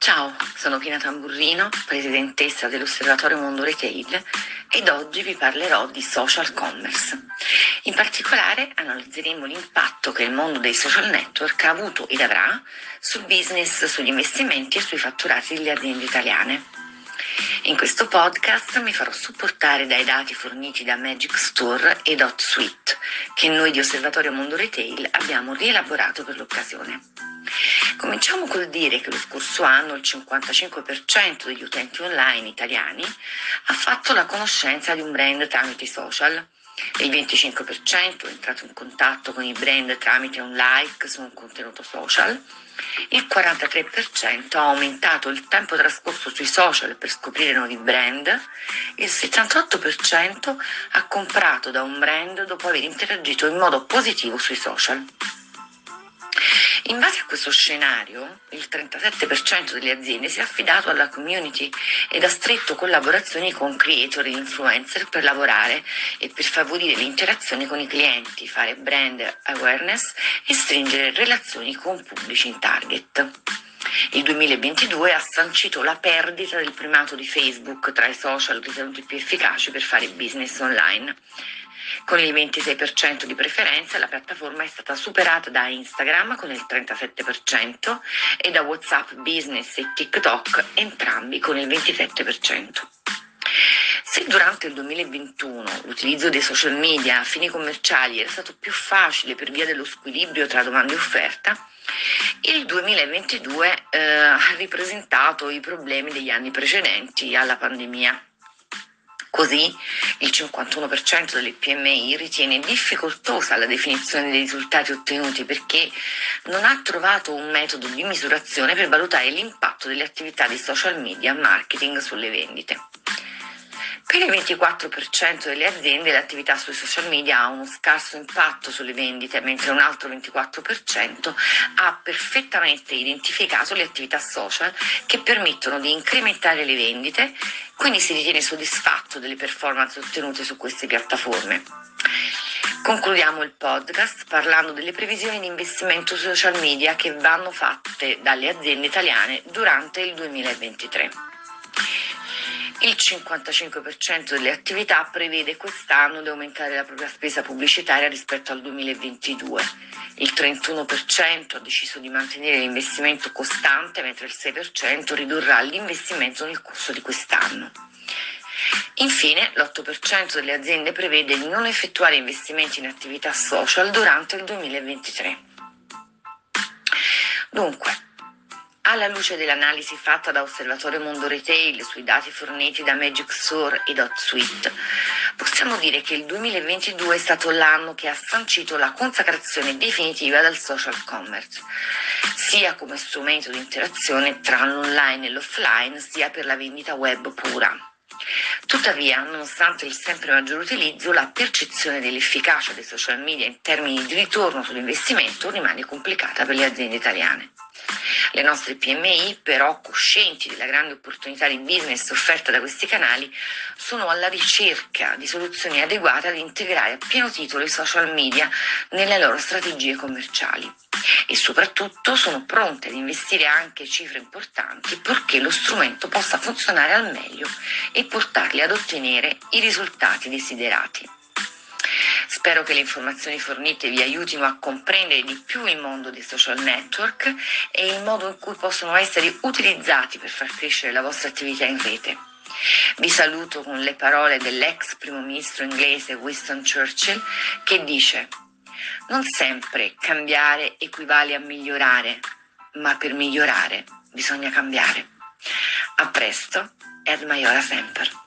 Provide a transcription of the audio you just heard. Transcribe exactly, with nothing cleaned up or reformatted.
Ciao, sono Pina Tamburrino, presidentessa dell'Osservatorio Mondo Retail ed oggi vi parlerò di social commerce. In particolare analizzeremo l'impatto che il mondo dei social network ha avuto ed avrà sul business, sugli investimenti e sui fatturati delle aziende italiane. In questo podcast mi farò supportare dai dati forniti da Magic Store e DotSuite, che noi di Osservatorio Mondo Retail abbiamo rielaborato per l'occasione. Cominciamo col dire che lo scorso anno il cinquantacinque per cento degli utenti online italiani ha fatto la conoscenza di un brand tramite i social, il venticinque per cento è entrato in contatto con i brand tramite un like su un contenuto social, il quarantatré per cento ha aumentato il tempo trascorso sui social per scoprire nuovi brand, il settantotto per cento ha comprato da un brand dopo aver interagito in modo positivo sui social. In base a questo scenario, il trentasette per cento delle aziende si è affidato alla community ed ha stretto collaborazioni con creator e influencer per lavorare e per favorire l'interazione con i clienti, fare brand awareness e stringere relazioni con pubblici in target. Il duemilaventidue ha sancito la perdita del primato di Facebook tra i social ritenuti più efficaci per fare business online. Con il ventisei per cento di preferenza la piattaforma è stata superata da Instagram con il trentasette per cento e da WhatsApp Business e TikTok, entrambi con il ventisette per cento. Se durante il duemilaventuno l'utilizzo dei social media a fini commerciali era stato più facile per via dello squilibrio tra domanda e offerta, il duemilaventidue eh, ha ripresentato i problemi degli anni precedenti alla pandemia. Così il cinquantuno per cento delle P M I ritiene difficoltosa la definizione dei risultati ottenuti perché non ha trovato un metodo di misurazione per valutare l'impatto delle attività di social media marketing sulle vendite. Per il ventiquattro per cento delle aziende l'attività sui social media ha uno scarso impatto sulle vendite, mentre un altro ventiquattro per cento ha perfettamente identificato le attività social che permettono di incrementare le vendite, quindi si ritiene soddisfatto delle performance ottenute su queste piattaforme. Concludiamo il podcast parlando delle previsioni di investimento sui social media che vanno fatte dalle aziende italiane durante il duemilaventitré. Il cinquantacinque per cento delle attività prevede quest'anno di aumentare la propria spesa pubblicitaria rispetto al duemilaventidue. Il trentuno per cento ha deciso di mantenere l'investimento costante, mentre il sei per cento ridurrà l'investimento nel corso di quest'anno. Infine, l'otto per cento delle aziende prevede di non effettuare investimenti in attività social durante il duemilaventitré. Dunque, alla luce dell'analisi fatta da Osservatorio Mondo Retail sui dati forniti da Magic Store e DotSuite, possiamo dire che il duemilaventidue è stato l'anno che ha sancito la consacrazione definitiva del social commerce, sia come strumento di interazione tra l'online e l'offline, sia per la vendita web pura. Tuttavia, nonostante il sempre maggior utilizzo, la percezione dell'efficacia dei social media in termini di ritorno sull'investimento rimane complicata per le aziende italiane. Le nostre P M I, però, coscienti della grande opportunità di business offerta da questi canali, sono alla ricerca di soluzioni adeguate ad integrare a pieno titolo i social media nelle loro strategie commerciali e soprattutto sono pronte ad investire anche cifre importanti purché lo strumento possa funzionare al meglio e portarli ad ottenere i risultati desiderati. Spero che le informazioni fornite vi aiutino a comprendere di più il mondo dei social network e il modo in cui possono essere utilizzati per far crescere la vostra attività in rete. Vi saluto con le parole dell'ex primo ministro inglese Winston Churchill, che dice: «Non sempre cambiare equivale a migliorare, ma per migliorare bisogna cambiare». A presto e ad maiora semper.